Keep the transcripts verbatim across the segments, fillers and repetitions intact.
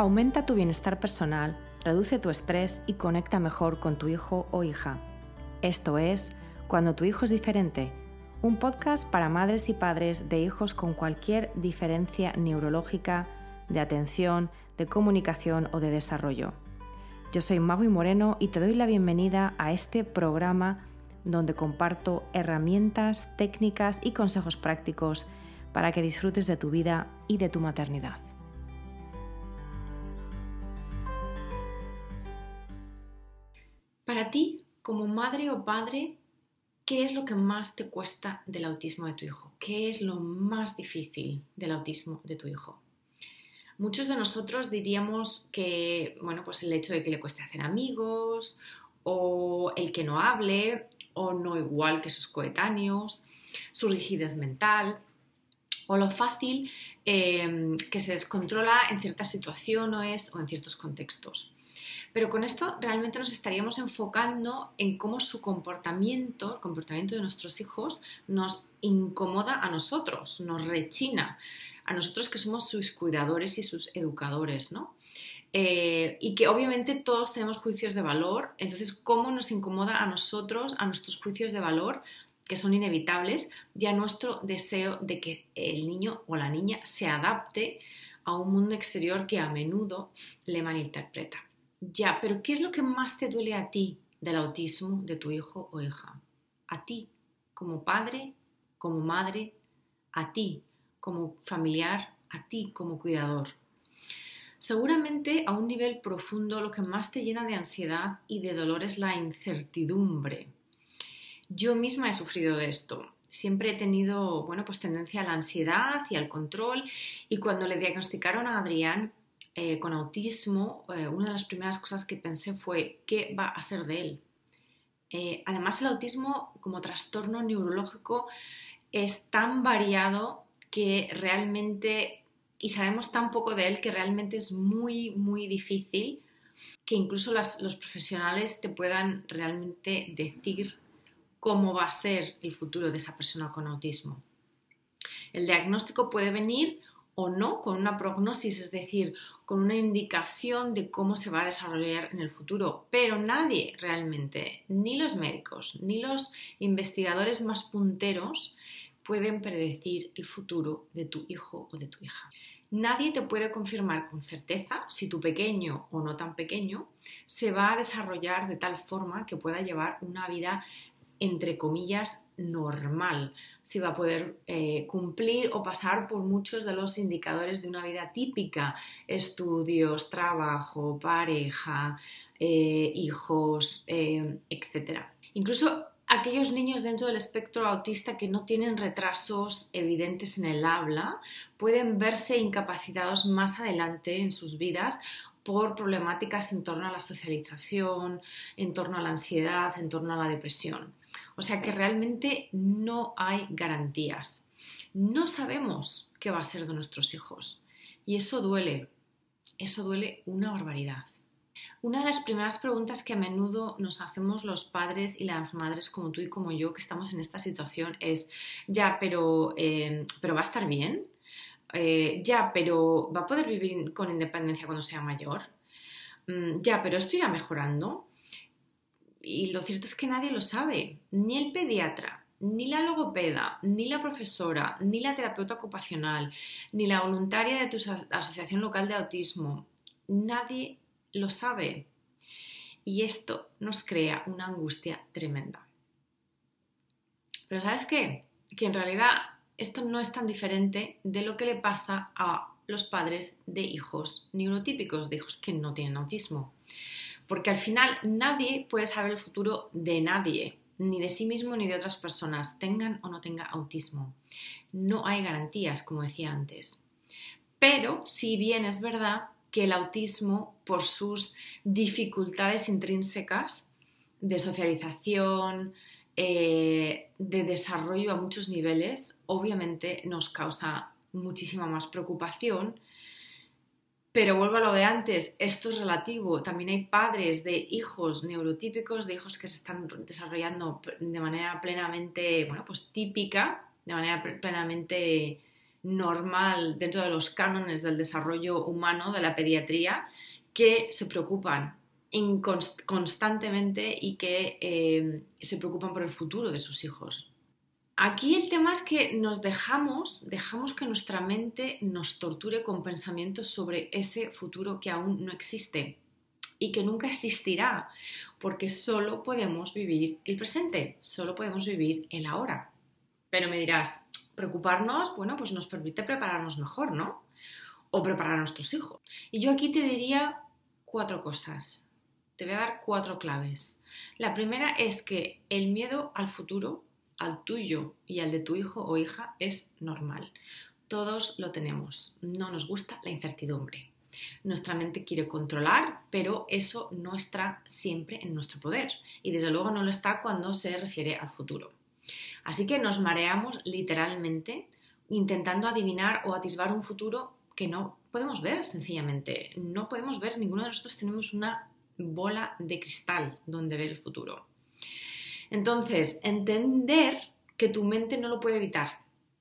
Aumenta tu bienestar personal, reduce tu estrés y conecta mejor con tu hijo o hija. Esto es Cuando tu hijo es diferente, un podcast para madres y padres de hijos con cualquier diferencia neurológica, de atención, de comunicación o de desarrollo. Yo soy Magui Moreno y te doy la bienvenida a este programa donde comparto herramientas, técnicas y consejos prácticos para que disfrutes de tu vida y de tu maternidad. Para ti, como madre o padre, ¿qué es lo que más te cuesta del autismo de tu hijo? ¿Qué es lo más difícil del autismo de tu hijo? Muchos de nosotros diríamos que, bueno, pues el hecho de que le cueste hacer amigos, o el que no hable, o no igual que sus coetáneos, su rigidez mental, o lo fácil eh, que se descontrola en ciertas situaciones o en ciertos contextos. Pero con esto realmente nos estaríamos enfocando en cómo su comportamiento, el comportamiento de nuestros hijos, nos incomoda a nosotros, nos rechina, a nosotros que somos sus cuidadores y sus educadores, ¿no? Eh, y que obviamente todos tenemos juicios de valor, entonces cómo nos incomoda a nosotros, a nuestros juicios de valor, que son inevitables, y a nuestro deseo de que el niño o la niña se adapte a un mundo exterior que a menudo le malinterpreta. Ya, pero ¿qué es lo que más te duele a ti del autismo de tu hijo o hija? A ti, como padre, como madre, a ti, como familiar, a ti, como cuidador. Seguramente a un nivel profundo lo que más te llena de ansiedad y de dolor es la incertidumbre. Yo misma he sufrido de esto. Siempre he tenido, bueno, pues tendencia a la ansiedad y al control, y cuando le diagnosticaron a Adrián Eh, con autismo, eh, una de las primeras cosas que pensé fue ¿qué va a ser de él? Eh, además, el autismo como trastorno neurológico es tan variado que realmente, y sabemos tan poco de él, que realmente es muy, muy difícil que incluso las, los profesionales te puedan realmente decir cómo va a ser el futuro de esa persona con autismo. El diagnóstico puede venir o no con una prognosis, es decir, con una indicación de cómo se va a desarrollar en el futuro, pero nadie realmente, ni los médicos, ni los investigadores más punteros pueden predecir el futuro de tu hijo o de tu hija. Nadie te puede confirmar con certeza si tu pequeño o no tan pequeño se va a desarrollar de tal forma que pueda llevar una vida entre comillas, normal, si va a poder eh, cumplir o pasar por muchos de los indicadores de una vida típica, estudios, trabajo, pareja, eh, hijos, eh, etcétera. Incluso aquellos niños dentro del espectro autista que no tienen retrasos evidentes en el habla pueden verse incapacitados más adelante en sus vidas por problemáticas en torno a la socialización, en torno a la ansiedad, en torno a la depresión. O sea que realmente no hay garantías. No sabemos qué va a ser de nuestros hijos. Y eso duele. Eso duele una barbaridad. Una de las primeras preguntas que a menudo nos hacemos los padres y las madres como tú y como yo que estamos en esta situación es ya, pero, eh, ¿pero va a estar bien? Eh, ya, pero ¿va a poder vivir con independencia cuando sea mayor? Mm, ya, pero ¿esto irá mejorando? Y lo cierto es que nadie lo sabe, ni el pediatra, ni la logopeda, ni la profesora, ni la terapeuta ocupacional, ni la voluntaria de tu asociación local de autismo. Nadie lo sabe. Y esto nos crea una angustia tremenda. Pero ¿sabes qué? Que en realidad esto no es tan diferente de lo que le pasa a los padres de hijos neurotípicos, de hijos que no tienen autismo. Porque al final nadie puede saber el futuro de nadie, ni de sí mismo ni de otras personas, tengan o no tengan autismo. No hay garantías, como decía antes. Pero si bien es verdad que el autismo, por sus dificultades intrínsecas de socialización, eh, de desarrollo a muchos niveles, obviamente nos causa muchísima más preocupación. Pero vuelvo a lo de antes, esto es relativo. También hay padres de hijos neurotípicos, de hijos que se están desarrollando de manera plenamente, bueno, pues típica, de manera plenamente normal dentro de los cánones del desarrollo humano, de la pediatría, que se preocupan inconst- constantemente y que eh, se preocupan por el futuro de sus hijos. Aquí el tema es que nos dejamos, dejamos que nuestra mente nos torture con pensamientos sobre ese futuro que aún no existe y que nunca existirá, porque solo podemos vivir el presente, solo podemos vivir el ahora. Pero me dirás, preocuparnos, bueno, pues nos permite prepararnos mejor, ¿no? O preparar a nuestros hijos. Y yo aquí te diría cuatro cosas. Te voy a dar cuatro claves. La primera es que el miedo al futuro, al tuyo y al de tu hijo o hija, es normal. Todos lo tenemos. No nos gusta la incertidumbre. Nuestra mente quiere controlar, pero eso no está siempre en nuestro poder. Y desde luego no lo está cuando se refiere al futuro. Así que nos mareamos literalmente intentando adivinar o atisbar un futuro que no podemos ver sencillamente. No podemos ver, ninguno de nosotros tenemos una bola de cristal donde ver el futuro. Entonces, entender que tu mente no lo puede evitar,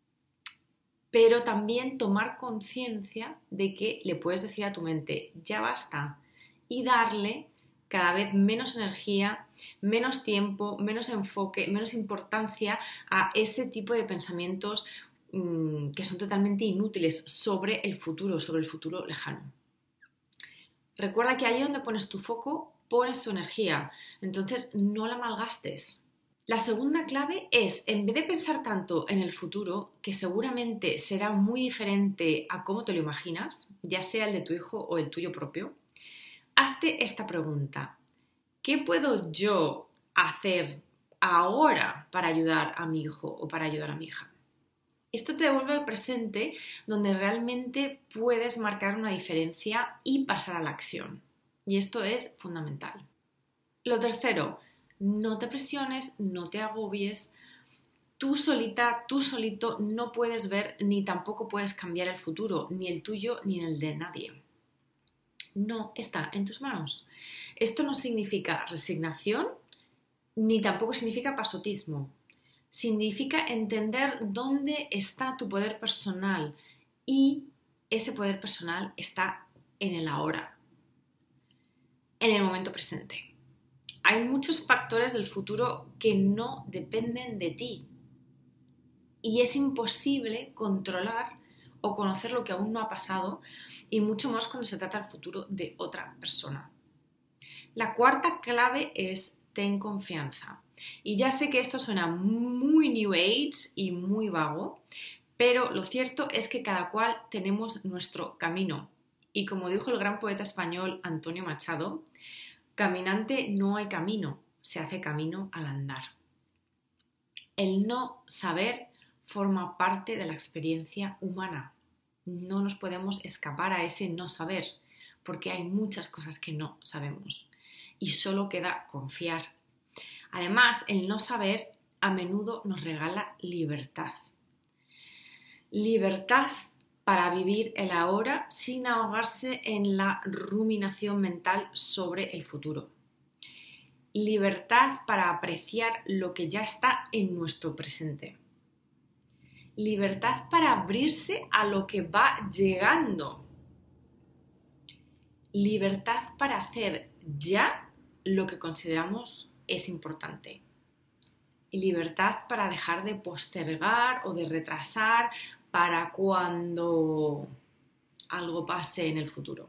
pero también tomar conciencia de que le puedes decir a tu mente, ya basta, y darle cada vez menos energía, menos tiempo, menos enfoque, menos importancia a ese tipo de pensamientos mmm, que son totalmente inútiles sobre el futuro, sobre el futuro lejano. Recuerda que allí donde pones tu foco, pones tu energía, entonces no la malgastes. La segunda clave es, en vez de pensar tanto en el futuro, que seguramente será muy diferente a cómo te lo imaginas, ya sea el de tu hijo o el tuyo propio, hazte esta pregunta. ¿Qué puedo yo hacer ahora para ayudar a mi hijo o para ayudar a mi hija? Esto te devuelve al presente donde realmente puedes marcar una diferencia y pasar a la acción. Y esto es fundamental. Lo tercero, no te presiones, no te agobies. Tú solita, tú solito no puedes ver ni tampoco puedes cambiar el futuro, ni el tuyo ni el de nadie. No está en tus manos. Esto no significa resignación ni tampoco significa pasotismo. Significa entender dónde está tu poder personal y ese poder personal está en el ahora, en el momento presente. Hay muchos factores del futuro que no dependen de ti y es imposible controlar o conocer lo que aún no ha pasado y mucho más cuando se trata del futuro de otra persona. La cuarta clave es ten confianza. Y ya sé que esto suena muy New Age y muy vago, pero lo cierto es que cada cual tenemos nuestro camino. Y como dijo el gran poeta español Antonio Machado, caminante no hay camino, se hace camino al andar. El no saber forma parte de la experiencia humana. No nos podemos escapar a ese no saber, porque hay muchas cosas que no sabemos y solo queda confiar. Además, el no saber a menudo nos regala libertad. Libertad para vivir el ahora sin ahogarse en la ruminación mental sobre el futuro. Libertad para apreciar lo que ya está en nuestro presente. Libertad para abrirse a lo que va llegando. Libertad para hacer ya lo que consideramos es importante. Y libertad para dejar de postergar o de retrasar para cuando algo pase en el futuro.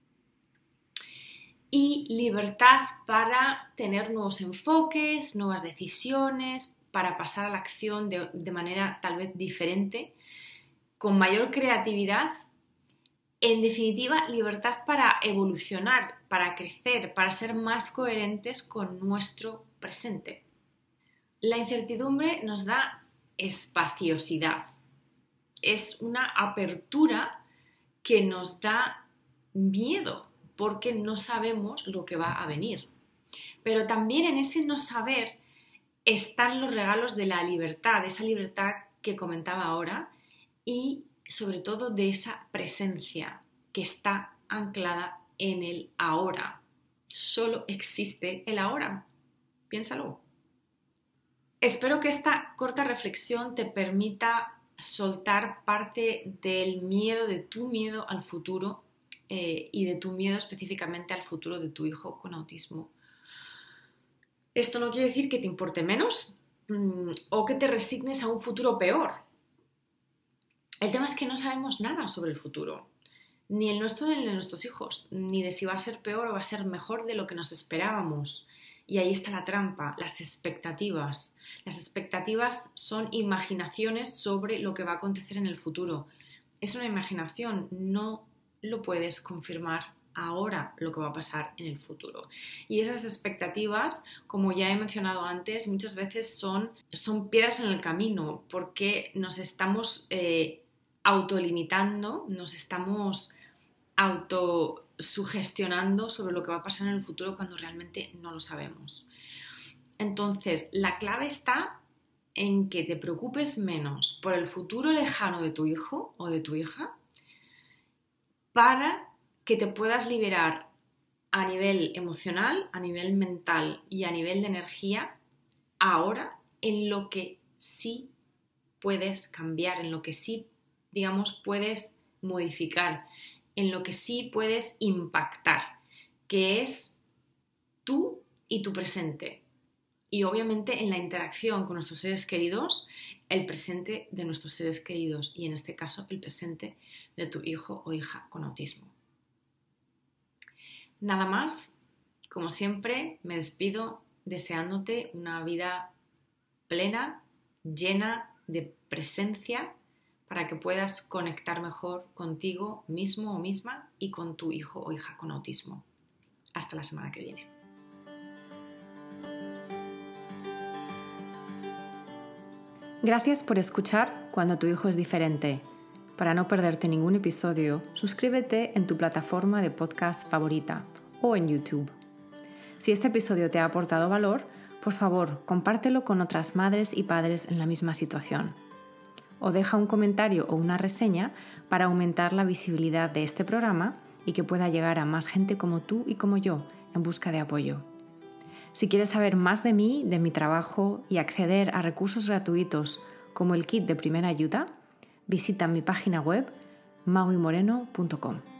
Y libertad para tener nuevos enfoques, nuevas decisiones, para pasar a la acción de, de manera tal vez diferente, con mayor creatividad. En definitiva, libertad para evolucionar, para crecer, para ser más coherentes con nuestro presente. La incertidumbre nos da espaciosidad. Es una apertura que nos da miedo porque no sabemos lo que va a venir. Pero también en ese no saber están los regalos de la libertad, esa libertad que comentaba ahora y sobre todo de esa presencia que está anclada en el ahora. Solo existe el ahora. Piénsalo. Espero que esta corta reflexión te permita soltar parte del miedo, de tu miedo al futuro eh, y de tu miedo específicamente al futuro de tu hijo con autismo. Esto no quiere decir que te importe menos mmm, o que te resignes a un futuro peor. El tema es que no sabemos nada sobre el futuro, ni el nuestro ni el de nuestros hijos, ni de si va a ser peor o va a ser mejor de lo que nos esperábamos. Y ahí está la trampa, las expectativas. Las expectativas son imaginaciones sobre lo que va a acontecer en el futuro. Es una imaginación, no lo puedes confirmar ahora lo que va a pasar en el futuro. Y esas expectativas, como ya he mencionado antes, muchas veces son, son piedras en el camino porque nos estamos eh, autolimitando, nos estamos autosugestionando sobre lo que va a pasar en el futuro cuando realmente no lo sabemos. Entonces, la clave está en que te preocupes menos por el futuro lejano de tu hijo o de tu hija para que te puedas liberar a nivel emocional, a nivel mental y a nivel de energía ahora en lo que sí puedes cambiar, en lo que sí, digamos, puedes modificar, en lo que sí puedes impactar, que es tú y tu presente. Y obviamente en la interacción con nuestros seres queridos, el presente de nuestros seres queridos y en este caso el presente de tu hijo o hija con autismo. Nada más, como siempre, me despido deseándote una vida plena, llena de presencia, para que puedas conectar mejor contigo mismo o misma y con tu hijo o hija con autismo. Hasta la semana que viene. Gracias por escuchar Cuando tu hijo es diferente. Para no perderte ningún episodio, suscríbete en tu plataforma de podcast favorita o en YouTube. Si este episodio te ha aportado valor, por favor, compártelo con otras madres y padres en la misma situación. O deja un comentario o una reseña para aumentar la visibilidad de este programa y que pueda llegar a más gente como tú y como yo en busca de apoyo. Si quieres saber más de mí, de mi trabajo y acceder a recursos gratuitos como el kit de primera ayuda, visita mi página web maui moreno punto com.